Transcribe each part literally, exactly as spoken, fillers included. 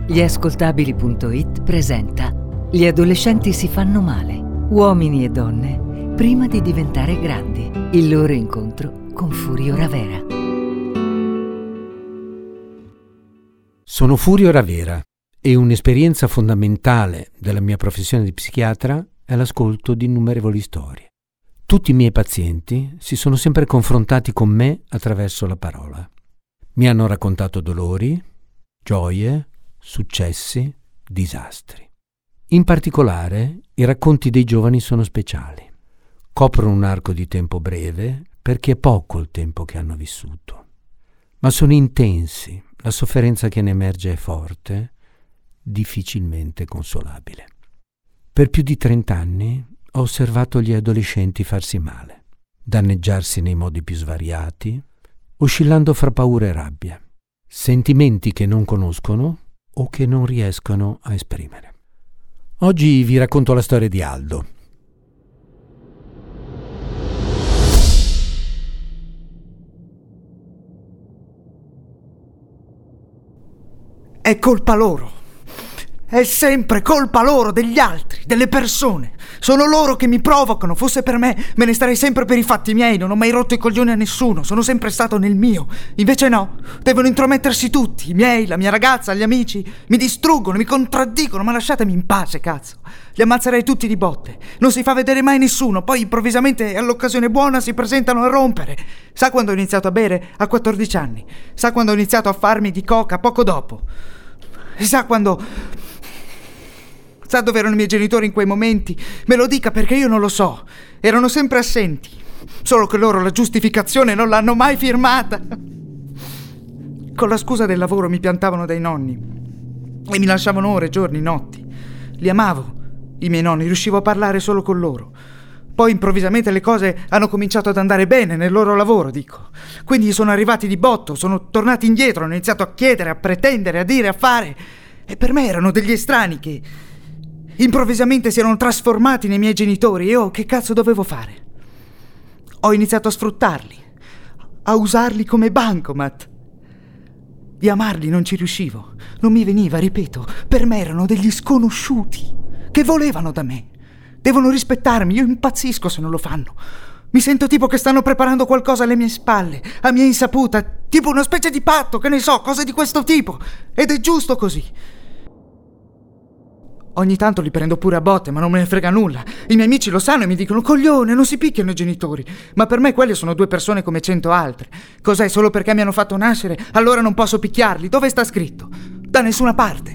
Gli ascoltabili punto it presenta Gli adolescenti si fanno male. Uomini e donne prima di diventare grandi. Il loro incontro con Furio Ravera. Sono Furio Ravera e un'esperienza fondamentale della mia professione di psichiatra è l'ascolto di innumerevoli storie. Tutti i miei pazienti si sono sempre confrontati con me attraverso la parola. Mi hanno raccontato dolori, gioie, successi, disastri. In particolare, i racconti dei giovani sono speciali. Coprono un arco di tempo breve perché è poco il tempo che hanno vissuto. Ma sono intensi, la sofferenza che ne emerge è forte, difficilmente consolabile. Per più di trent'anni ho osservato gli adolescenti farsi male, danneggiarsi nei modi più svariati, oscillando fra paura e rabbia, sentimenti che non conoscono o che non riescono a esprimere. Oggi vi racconto la storia di Aldo. È colpa loro. È sempre colpa loro, degli altri, delle persone. Sono loro che mi provocano. Fosse per me, me ne starei sempre per i fatti miei. Non ho mai rotto i coglioni a nessuno. Sono sempre stato nel mio. Invece no, devono intromettersi tutti. I miei, la mia ragazza, gli amici. Mi distruggono, mi contraddicono. Ma lasciatemi in pace, cazzo. Li ammazzerei tutti di botte. Non si fa vedere mai nessuno. Poi improvvisamente, all'occasione buona, si presentano a rompere. Sa quando ho iniziato a bere? A quattordici anni. Sa quando ho iniziato a farmi di coca? Poco dopo. Sa quando... Sa dove erano i miei genitori in quei momenti? Me lo dica, perché io non lo so. Erano sempre assenti. Solo che loro la giustificazione non l'hanno mai firmata. Con la scusa del lavoro mi piantavano dai nonni e mi lasciavano ore, giorni, notti. Li amavo, i miei nonni, riuscivo a parlare solo con loro. Poi improvvisamente le cose hanno cominciato ad andare bene nel loro lavoro, dico. Quindi sono arrivati di botto, sono tornati indietro, hanno iniziato a chiedere, a pretendere, a dire, a fare. E per me erano degli estranei che... improvvisamente si erano trasformati nei miei genitori e io che cazzo dovevo fare? Ho iniziato a sfruttarli, a usarli come bancomat. Di amarli non ci riuscivo, non mi veniva, ripeto, per me erano degli sconosciuti che volevano da me. Devono rispettarmi, io impazzisco se non lo fanno. Mi sento tipo che stanno preparando qualcosa alle mie spalle, a mia insaputa, tipo una specie di patto, che ne so, cose di questo tipo. Ed è giusto così. Ogni tanto li prendo pure a botte, ma non me ne frega nulla. I miei amici lo sanno e mi dicono: coglione, non si picchiano i genitori. Ma per me quelle sono due persone come cento altre. Cos'è, solo perché mi hanno fatto nascere? Allora non posso picchiarli? Dove sta scritto? Da nessuna parte.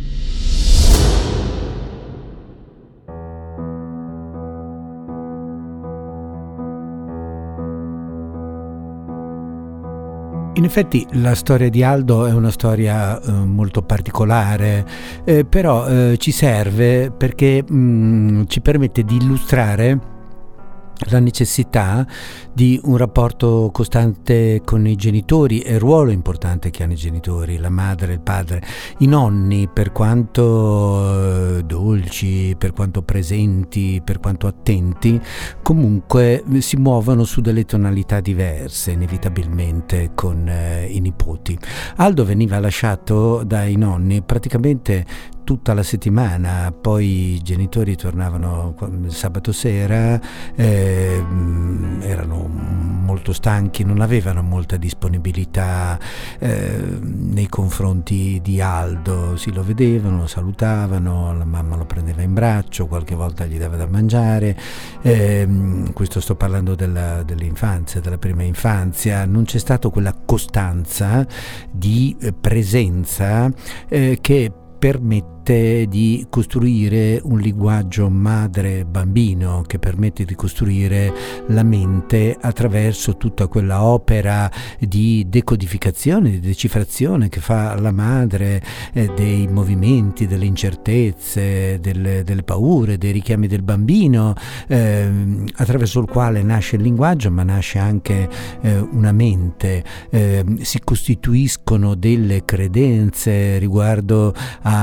In effetti la storia di Aldo è una storia eh, molto particolare, eh, però eh, ci serve perché mh, ci permette di illustrare la necessità di un rapporto costante con i genitori e il ruolo importante che hanno i genitori, la madre, il padre. I nonni, per quanto eh, dolci, per quanto presenti, per quanto attenti, comunque si muovono su delle tonalità diverse inevitabilmente con eh, i nipoti. Aldo veniva lasciato dai nonni praticamente tutta la settimana, poi i genitori tornavano sabato sera, eh, erano molto stanchi, non avevano molta disponibilità eh, nei confronti di Aldo. Si lo vedevano, lo salutavano, la mamma lo prendeva in braccio, qualche volta gli dava da mangiare, eh, questo sto parlando della, dell'infanzia, della prima infanzia. Non c'è stata quella costanza di eh, presenza eh, che permette di costruire un linguaggio madre-bambino, che permette di costruire la mente attraverso tutta quella opera di decodificazione, di decifrazione che fa la madre eh, dei movimenti, delle incertezze, delle, delle paure, dei richiami del bambino, eh, attraverso il quale nasce il linguaggio, ma nasce anche eh, una mente. Eh, si costituiscono delle credenze riguardo a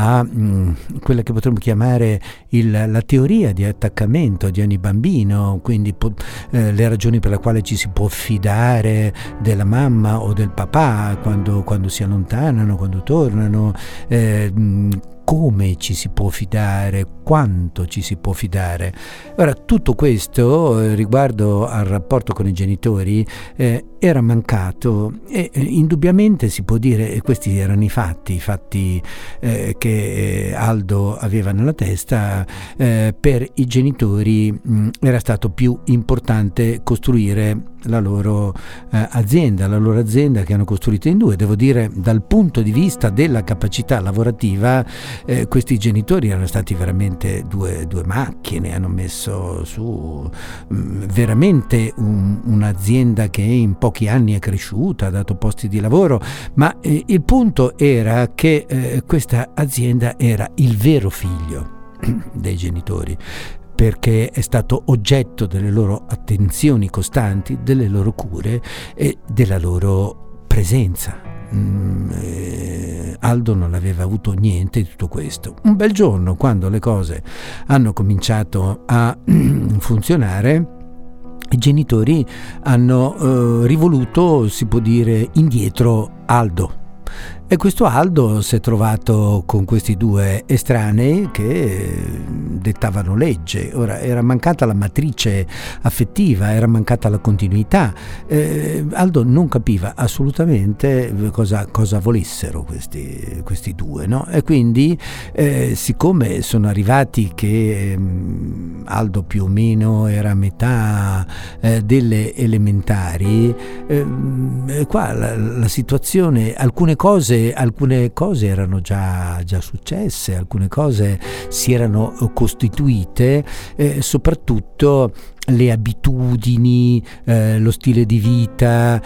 mh, quella che potremmo chiamare il, la teoria di attaccamento di ogni bambino, quindi po- eh, le ragioni per le quali ci si può fidare della mamma o del papà quando, quando si allontanano, quando tornano, eh, mh, come ci si può fidare, quanto ci si può fidare. Ora, tutto questo eh, riguardo al rapporto con i genitori eh, era mancato e eh, indubbiamente si può dire, e questi erano i fatti, i fatti eh, che eh, Aldo aveva nella testa, eh, per i genitori mh, era stato più importante costruire la loro eh, azienda, la loro azienda che hanno costruito in due. Devo dire, dal punto di vista della capacità lavorativa, eh, questi genitori erano stati veramente due, due macchine, hanno messo su mh, veramente un, un'azienda che in pochi anni è cresciuta, ha dato posti di lavoro, ma eh, il punto era che eh, questa azienda era il vero figlio dei genitori, perché è stato oggetto delle loro attenzioni costanti, delle loro cure e della loro presenza. Mm, eh, Aldo non aveva avuto niente di tutto questo. Un bel giorno, quando le cose hanno cominciato a funzionare, i genitori hanno eh, rivoluto, si può dire, indietro Aldo. E questo Aldo si è trovato con questi due estranei che dettavano legge. Ora, era mancata la matrice affettiva, era mancata la continuità. Eh, Aldo non capiva assolutamente cosa, cosa volessero questi, questi due, no? E quindi, eh, siccome sono arrivati che eh, Aldo più o meno era a metà eh, delle elementari, eh, qua la, la situazione, alcune cose alcune cose erano già, già successe, alcune cose si erano costituite, eh, soprattutto le abitudini, eh, lo stile di vita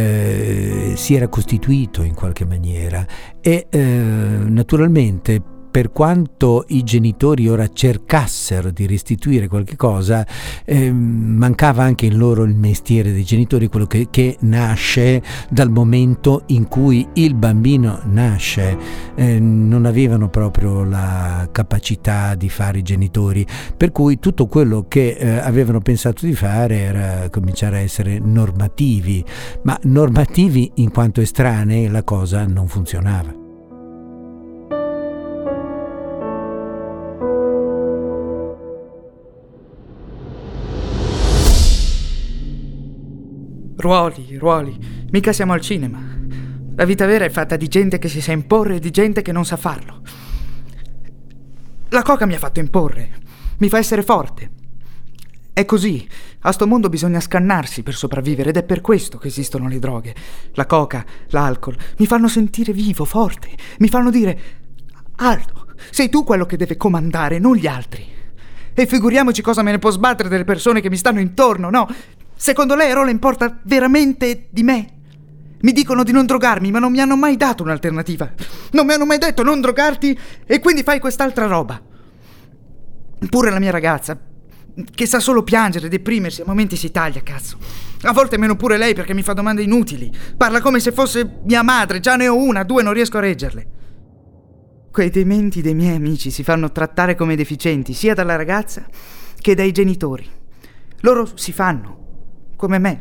eh, si era costituito in qualche maniera e eh, naturalmente, per quanto i genitori ora cercassero di restituire qualche cosa, eh, mancava anche in loro il mestiere dei genitori, quello che, che nasce dal momento in cui il bambino nasce. Eh, non avevano proprio la capacità di fare i genitori, per cui tutto quello che eh, avevano pensato di fare era cominciare a essere normativi, ma normativi in quanto estranei la cosa non funzionava. Ruoli, ruoli, mica siamo al cinema. La vita vera è fatta di gente che si sa imporre e di gente che non sa farlo. La coca mi ha fatto imporre, mi fa essere forte. È così, a sto mondo bisogna scannarsi per sopravvivere ed è per questo che esistono le droghe. La coca, l'alcol, mi fanno sentire vivo, forte, mi fanno dire: Aldo, sei tu quello che deve comandare, non gli altri. E figuriamoci cosa me ne può sbattere delle persone che mi stanno intorno, no? Secondo lei a Rola importa veramente di me? Mi dicono di non drogarmi, ma non mi hanno mai dato un'alternativa. Non mi hanno mai detto non drogarti e quindi fai quest'altra roba. Pure la mia ragazza, che sa solo piangere, deprimersi, a momenti si taglia, cazzo. A volte meno pure lei perché mi fa domande inutili. Parla come se fosse mia madre, già ne ho una, due non riesco a reggerle. Quei dementi dei miei amici si fanno trattare come deficienti sia dalla ragazza che dai genitori. Loro si fanno come me.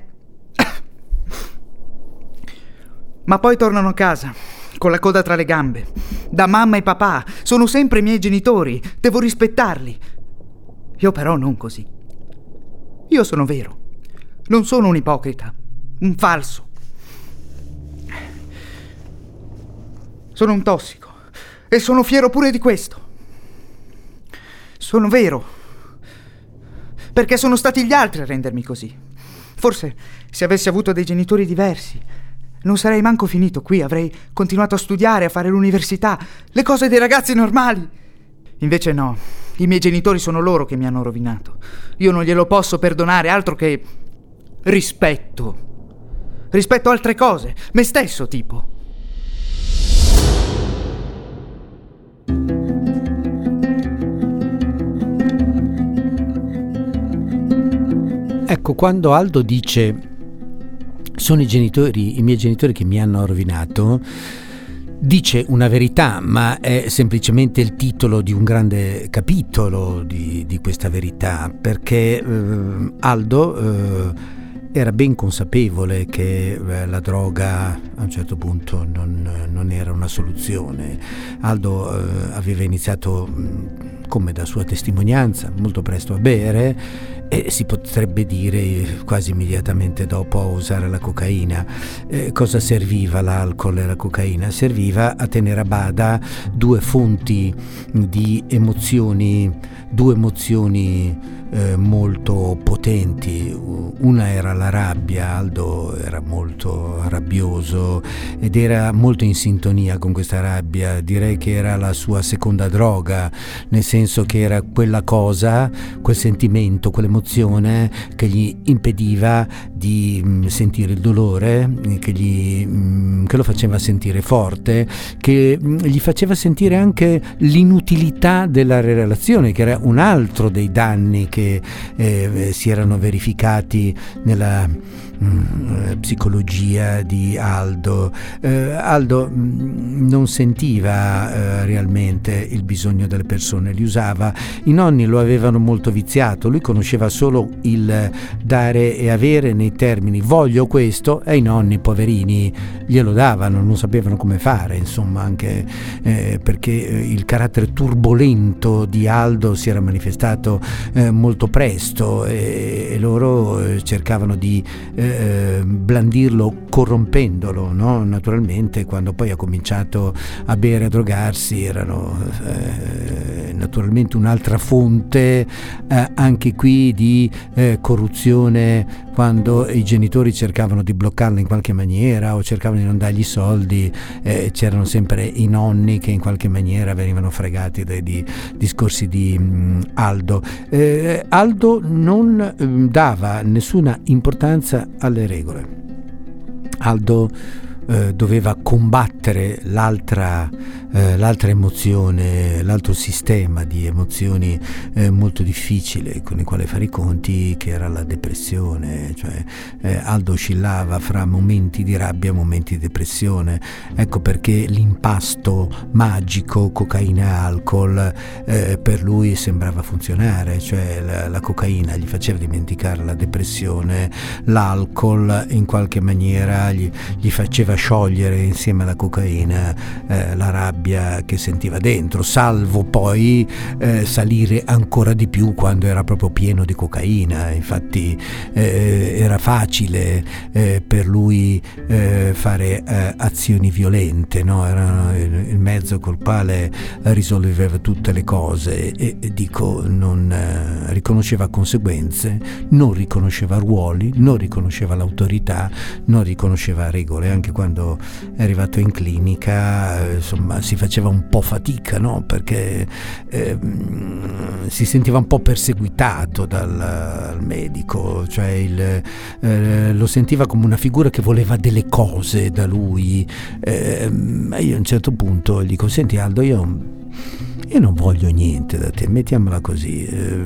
Ma poi tornano a casa con la coda tra le gambe, da mamma e papà. Sono sempre i miei genitori, devo rispettarli. Io però non così. Io sono vero, non sono un ipocrita, un falso. Sono un tossico e sono fiero pure di questo. Sono vero, perché sono stati gli altri a rendermi così. Forse se avessi avuto dei genitori diversi non sarei manco finito qui, avrei continuato a studiare, a fare l'università, le cose dei ragazzi normali. Invece no, i miei genitori sono loro che mi hanno rovinato. Io non glielo posso perdonare, altro che rispetto. Rispetto a altre cose, me stesso tipo. Ecco, quando Aldo dice sono i genitori, i miei genitori che mi hanno rovinato, dice una verità, ma è semplicemente il titolo di un grande capitolo di, di questa verità, perché eh, Aldo eh, era ben consapevole che eh, la droga a un certo punto non, non era una soluzione. Aldo eh, aveva iniziato, come da sua testimonianza, molto presto a bere, e si potrebbe dire quasi immediatamente dopo a usare la cocaina. Eh, cosa serviva l'alcol e la cocaina? Serviva a tenere a bada due fonti di emozioni, due emozioni eh, molto potenti. Una era la rabbia. Aldo era molto rabbioso ed era molto in sintonia con questa rabbia. Direi che era la sua seconda droga, nel senso che era quella cosa, quel sentimento, quell'emozione che gli impediva di mh, sentire il dolore, che, gli, mh, che lo faceva sentire forte, che mh, gli faceva sentire anche l'inutilità della relazione, che era un altro dei danni che eh, si erano verificati nella mh, psicologia di Aldo. Eh, Aldo mh, non sentiva eh, realmente il bisogno delle persone, li usava. I nonni lo avevano molto viziato, lui conosceva solo il dare e avere nei termini voglio questo, e i nonni poverini glielo davano, non sapevano come fare, insomma, anche eh, perché il carattere turbolento di Aldo si era manifestato eh, molto presto, e, e loro eh, cercavano di eh, blandirlo corrompendolo, no? Naturalmente quando poi ha cominciato a bere e a drogarsi erano eh, naturalmente un'altra fonte eh, anche qui di eh, corruzione, quando i genitori cercavano di bloccarlo in qualche maniera o cercavano di non dargli soldi. Eh, c'erano sempre i nonni che in qualche maniera venivano fregati dai di discorsi di mh, Aldo. Eh, Aldo non mh, dava nessuna importanza alle regole. Aldo eh, doveva combattere l'altra, eh, l'altra emozione, l'altro sistema di emozioni eh, molto difficile con il quale fare i conti, che era la depressione. Cioè eh, Aldo oscillava fra momenti di rabbia e momenti di depressione. Ecco perché l'impasto magico cocaina e alcol eh, per lui sembrava funzionare. Cioè la, la cocaina gli faceva dimenticare la depressione, l'alcol in qualche maniera gli, gli faceva sciogliere insieme alla cocaina eh, la rabbia che sentiva dentro, salvo poi eh, salire ancora di più quando era proprio pieno di cocaina. Infatti eh, era facile eh, per lui eh, fare eh, azioni violente, no? Era il, il mezzo col quale risolveva tutte le cose, e, e dico non eh, riconosceva conseguenze, non riconosceva ruoli, non riconosceva l'autorità, non riconosceva regole. Anche quando è arrivato in clinica, insomma, si faceva un po' fatica, no? Perché eh, si sentiva un po' perseguitato dal, dal medico, cioè il, eh, lo sentiva come una figura che voleva delle cose da lui. Eh, io a un certo punto gli dico: senti Aldo, io, io non voglio niente da te, mettiamola così. Eh,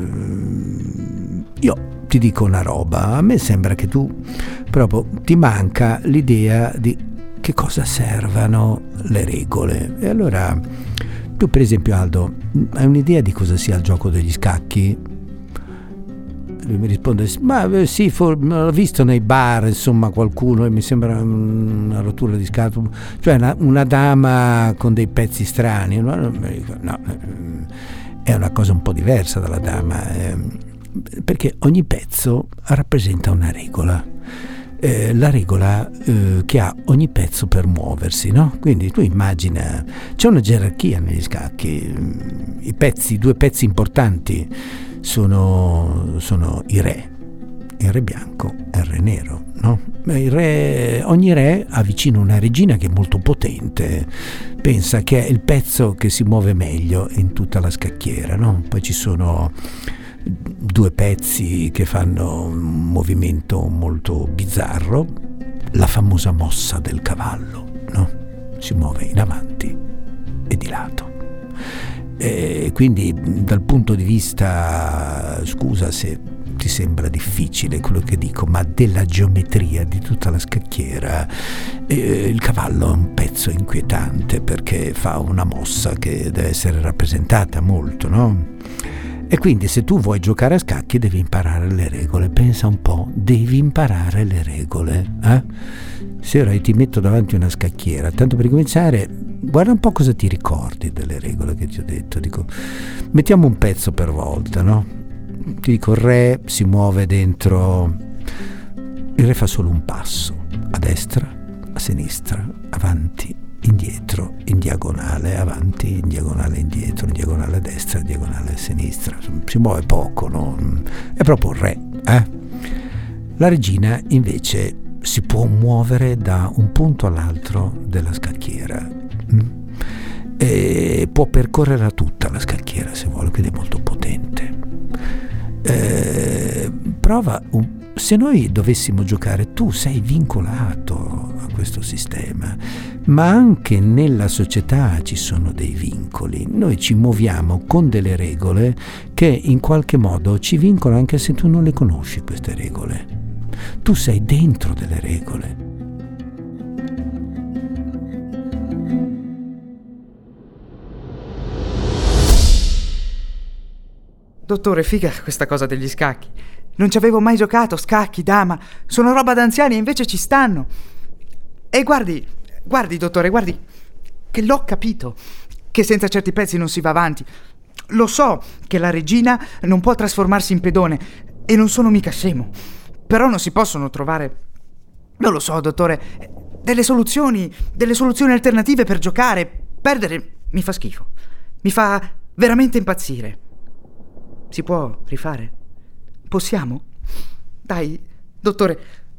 io ti dico una roba, a me sembra che tu proprio ti manca l'idea di che cosa servano le regole. E allora tu, per esempio, Aldo, hai un'idea di cosa sia il gioco degli scacchi? Lui mi risponde: ma sì, for, l'ho visto nei bar, insomma, qualcuno, e mi sembra una rottura di scatola, cioè una, una dama con dei pezzi strani. No, no, è una cosa un po' diversa dalla dama, eh, perché ogni pezzo rappresenta una regola. Eh, la regola eh, che ha ogni pezzo per muoversi, no? Quindi tu immagina, c'è una gerarchia negli scacchi. I pezzi, due pezzi importanti sono, sono i re, il re bianco e il re nero, no? Il re, ogni re ha vicino una regina che è molto potente, pensa che è il pezzo che si muove meglio in tutta la scacchiera, no? Poi ci sono due pezzi che fanno un movimento molto bizzarro, la famosa mossa del cavallo, no? Si muove in avanti e di lato. E quindi dal punto di vista, scusa se ti sembra difficile quello che dico, ma della geometria di tutta la scacchiera eh, il cavallo è un pezzo inquietante, perché fa una mossa che deve essere rappresentata molto, no? E quindi se tu vuoi giocare a scacchi devi imparare le regole. Pensa un po', devi imparare le regole, eh? Se ora ti metto davanti una scacchiera, tanto per cominciare, guarda un po' cosa ti ricordi delle regole che ti ho detto. Dico, mettiamo un pezzo per volta, no? Ti dico, il re si muove dentro, il re fa solo un passo, a destra, a sinistra, avanti, indietro, in diagonale, avanti, in diagonale, indietro, in diagonale a destra, in diagonale a sinistra. Si muove poco, no? È proprio il re, eh? La regina invece si può muovere da un punto all'altro della scacchiera e può percorrere tutta la scacchiera se vuole, quindi è molto potente. Eh, prova un Se noi dovessimo giocare, tu sei vincolato a questo sistema, ma anche nella società ci sono dei vincoli. Noi ci muoviamo con delle regole che in qualche modo ci vincolano, anche se tu non le conosci queste regole. Tu sei dentro delle regole. Dottore, figa questa cosa degli scacchi. Non ci avevo mai giocato, scacchi, dama. Sono roba da anziani e invece ci stanno. E guardi, guardi, dottore, guardi, che l'ho capito, che senza certi pezzi non si va avanti. Lo so che la regina non può trasformarsi in pedone e non sono mica scemo. Però non si possono trovare, non lo so, dottore, delle soluzioni, delle soluzioni alternative per giocare. Perdere mi fa schifo. Mi fa veramente impazzire. Si può rifare? Possiamo? Dai, dottore.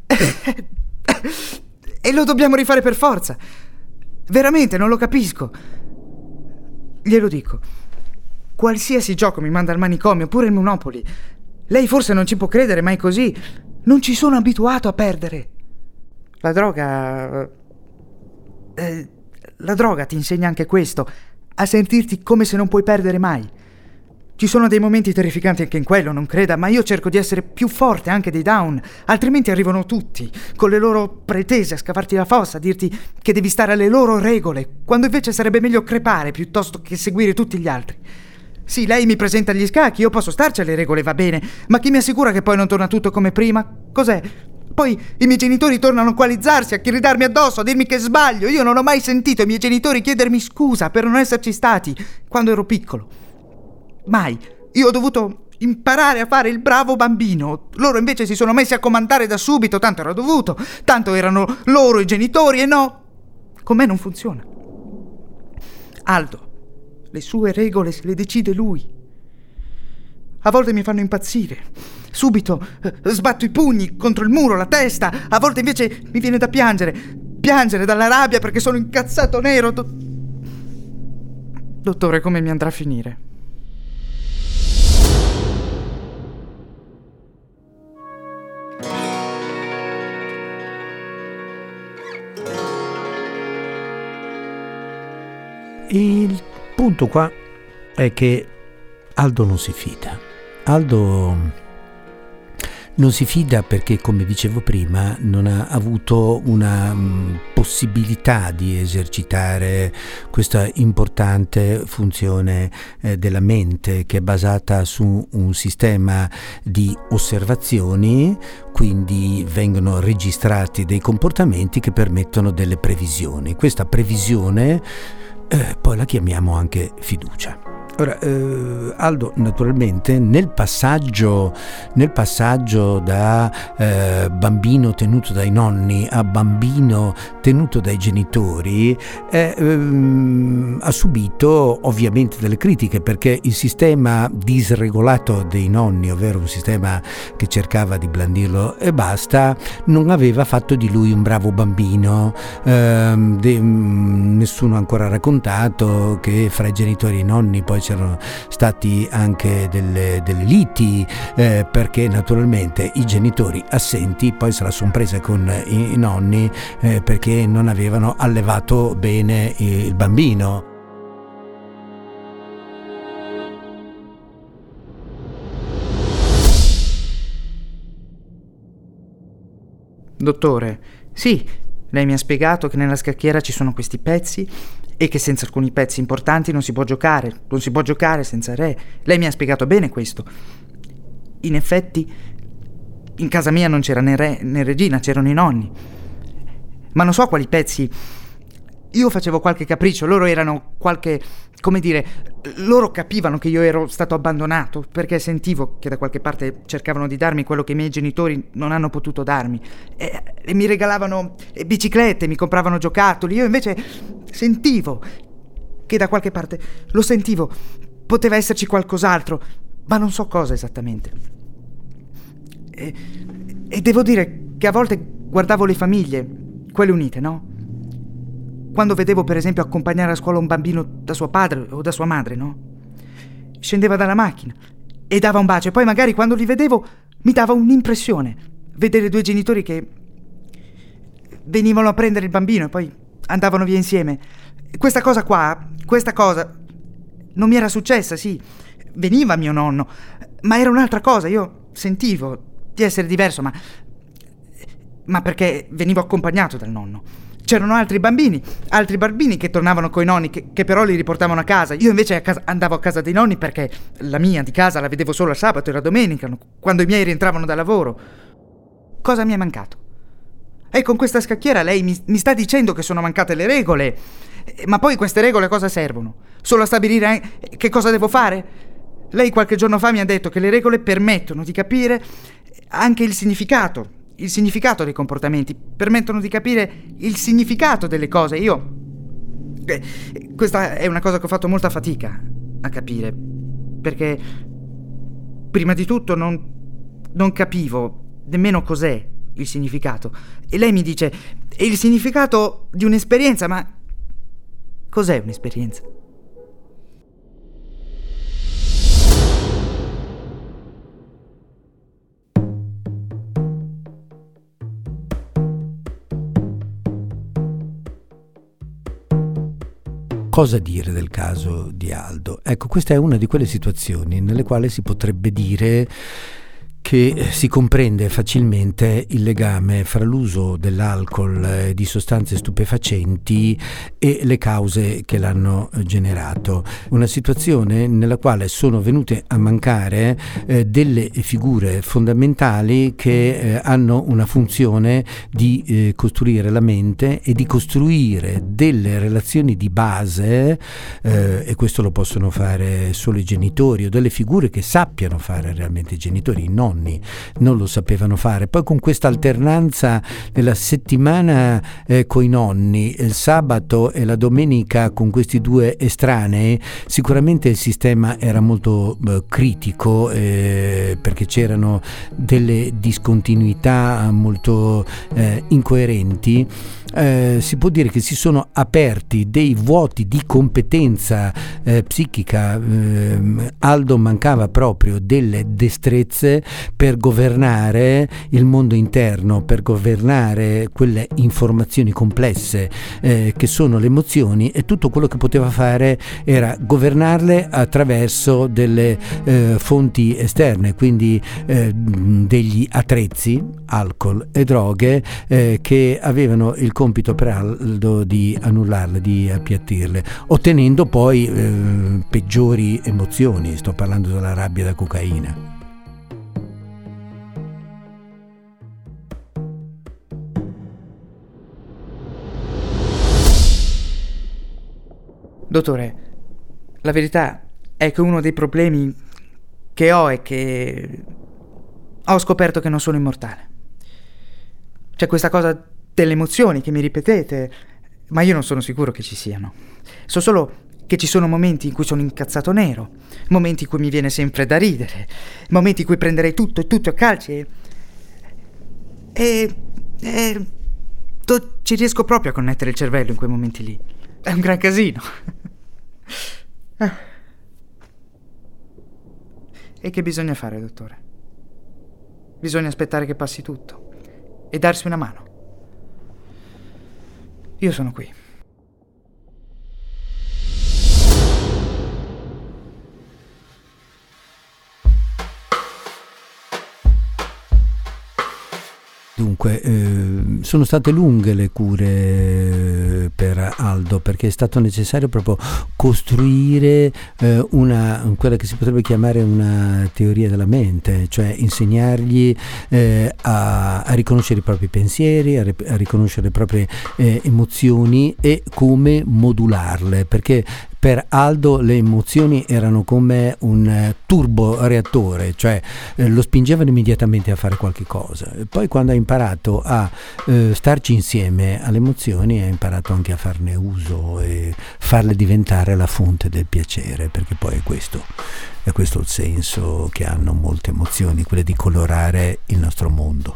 E lo dobbiamo rifare per forza. Veramente, non lo capisco. Glielo dico. Qualsiasi gioco mi manda al manicomio, pure il Monopoli. Lei forse non ci può credere, ma è così. Non ci sono abituato a perdere. La droga... Eh, la droga ti insegna anche questo. A sentirti come se non puoi perdere mai. Ci sono dei momenti terrificanti anche in quello, non creda, ma io cerco di essere più forte anche dei down, altrimenti arrivano tutti, con le loro pretese a scavarti la fossa, a dirti che devi stare alle loro regole, quando invece sarebbe meglio crepare piuttosto che seguire tutti gli altri. Sì, lei mi presenta gli scacchi, io posso starci alle regole, va bene, ma chi mi assicura che poi non torna tutto come prima? Cos'è? Poi i miei genitori tornano a coalizzarsi, a gridarmi addosso, a dirmi che sbaglio. Io non ho mai sentito i miei genitori chiedermi scusa per non esserci stati quando ero piccolo. Mai. Io ho dovuto imparare a fare il bravo bambino. Loro invece si sono messi a comandare da subito, tanto era dovuto, tanto erano loro i genitori e no. Con me non funziona. Aldo, le sue regole se le decide lui. A volte mi fanno impazzire. Subito eh, sbatto i pugni contro il muro, la testa. A volte invece mi viene da piangere. Piangere dalla rabbia perché sono incazzato nero. Do- Dottore, come mi andrà a finire? Il punto qua è che Aldo non si fida. Aldo non si fida perché, come dicevo prima, non ha avuto una mh, possibilità di esercitare questa importante funzione eh, della mente, che è basata su un sistema di osservazioni, quindi vengono registrati dei comportamenti che permettono delle previsioni. Questa previsione Eh, poi la chiamiamo anche fiducia. Ora, eh, Aldo naturalmente nel passaggio, nel passaggio da eh, bambino tenuto dai nonni a bambino tenuto dai genitori eh, ehm, ha subito ovviamente delle critiche, perché il sistema disregolato dei nonni, ovvero un sistema che cercava di blandirlo e basta, non aveva fatto di lui un bravo bambino. Eh, de, mh, nessuno ha ancora raccontato che fra i genitori e i nonni poi c'erano stati anche delle, delle liti eh, perché naturalmente i genitori assenti poi se la sono presa con i, i nonni eh, perché non avevano allevato bene il bambino. Dottore, sì, lei mi ha spiegato che nella scacchiera ci sono questi pezzi e che senza alcuni pezzi importanti non si può giocare, non si può giocare senza re. Lei mi ha spiegato bene questo. In effetti, in casa mia non c'era né re né regina, c'erano i nonni. Ma non so quali pezzi. Io facevo qualche capriccio, loro erano qualche, come dire, loro capivano che io ero stato abbandonato, perché sentivo che da qualche parte cercavano di darmi quello che i miei genitori non hanno potuto darmi. E, e mi regalavano biciclette, mi compravano giocattoli. Io invece sentivo che da qualche parte, lo sentivo, poteva esserci qualcos'altro, ma non so cosa esattamente. E, e devo dire che a volte guardavo le famiglie, quelle unite, no? Quando vedevo per esempio accompagnare a scuola un bambino da suo padre o da sua madre, no? Scendeva dalla macchina e dava un bacio, e poi magari quando li vedevo mi dava un'impressione, vedere due genitori che venivano a prendere il bambino e poi andavano via insieme. Questa cosa qua, questa cosa non mi era successa, sì, veniva mio nonno, ma era un'altra cosa. Io sentivo di essere diverso, ma ma perché venivo accompagnato dal nonno. C'erano altri bambini, altri bambini che tornavano coi nonni, che, che però li riportavano a casa. Io invece a casa, andavo a casa dei nonni perché la mia di casa la vedevo solo a sabato e la domenica, quando i miei rientravano da lavoro. Cosa mi è mancato? E con questa scacchiera lei mi, mi sta dicendo che sono mancate le regole. Ma poi queste regole a cosa servono? Solo a stabilire eh, che cosa devo fare? Lei qualche giorno fa mi ha detto che le regole permettono di capire anche il significato. Il significato dei comportamenti, permettono di capire il significato delle cose. Io eh, questa è una cosa che ho fatto molta fatica a capire, perché prima di tutto non, non capivo nemmeno cos'è il significato. E lei mi dice, è il significato di un'esperienza, ma cos'è un'esperienza? Cosa dire del caso di Aldo? Ecco, questa è una di quelle situazioni nelle quali si potrebbe dire che si comprende facilmente il legame fra l'uso dell'alcol e di sostanze stupefacenti e le cause che l'hanno generato. Una situazione nella quale sono venute a mancare eh, delle figure fondamentali che eh, hanno una funzione di eh, costruire la mente e di costruire delle relazioni di base, eh, e questo lo possono fare solo i genitori, o delle figure che sappiano fare realmente i genitori, i nonni non lo sapevano fare. Poi con questa alternanza nella settimana eh, coi nonni, il sabato e la domenica con questi due estranei, sicuramente il sistema era molto eh, critico, eh, perché c'erano delle discontinuità molto eh, incoerenti. Eh, si può dire che si sono aperti dei vuoti di competenza eh, psichica. eh, Aldo mancava proprio delle destrezze per governare il mondo interno, per governare quelle informazioni complesse eh, che sono le emozioni, e tutto quello che poteva fare era governarle attraverso delle eh, fonti esterne, quindi eh, degli attrezzi, alcol e droghe, eh, che avevano il compito per Aldo di annullarle, di appiattirle, ottenendo poi eh, peggiori emozioni. Sto parlando della rabbia da cocaina. Dottore, la verità è che uno dei problemi che ho è che ho scoperto che non sono immortale. C'è questa cosa delle emozioni che mi ripetete, ma io non sono sicuro che ci siano. So solo che ci sono momenti in cui sono incazzato nero, momenti in cui mi viene sempre da ridere, momenti in cui prenderei tutto e tutto a calci e... e... e to, ci riesco proprio a connettere il cervello in quei momenti lì. È un gran casino. E che bisogna fare, dottore? Bisogna aspettare che passi tutto e darsi una mano. Io sono qui. Dunque, eh, sono state lunghe le cure per Aldo, perché è stato necessario proprio costruire eh, una, quella che si potrebbe chiamare una teoria della mente, cioè insegnargli eh, a, a riconoscere i propri pensieri, a, a riconoscere le proprie eh, emozioni e come modularle, perché per Aldo le emozioni erano come un eh, turboreattore, cioè eh, lo spingevano immediatamente a fare qualche cosa. E poi quando ha imparato a eh, starci insieme alle emozioni, ha imparato anche a farne uso e farle diventare la fonte del piacere, perché poi è questo, è questo il senso che hanno molte emozioni, quelle di colorare il nostro mondo.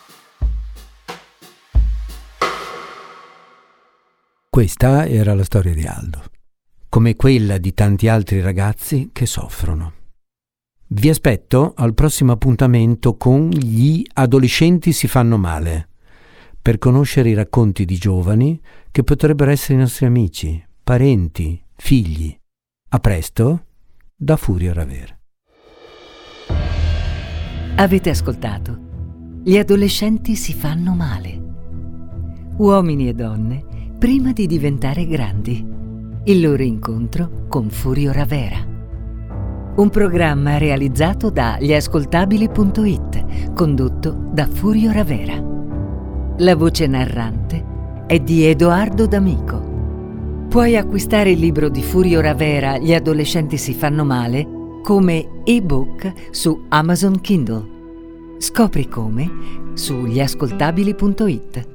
Questa era la storia di Aldo, come quella di tanti altri ragazzi che soffrono. Vi aspetto al prossimo appuntamento con Gli adolescenti si fanno male, per conoscere i racconti di giovani che potrebbero essere i nostri amici, parenti, figli. A presto, da Furio Ravera. Avete ascoltato Gli adolescenti si fanno male. Uomini e donne prima di diventare grandi. Il loro incontro con Furio Ravera. Un programma realizzato da gliascoltabili punto it, condotto da Furio Ravera. La voce narrante è di Edoardo D'Amico. Puoi acquistare il libro di Furio Ravera, Gli adolescenti si fanno male, come ebook su Amazon Kindle. Scopri come su gliascoltabili punto it.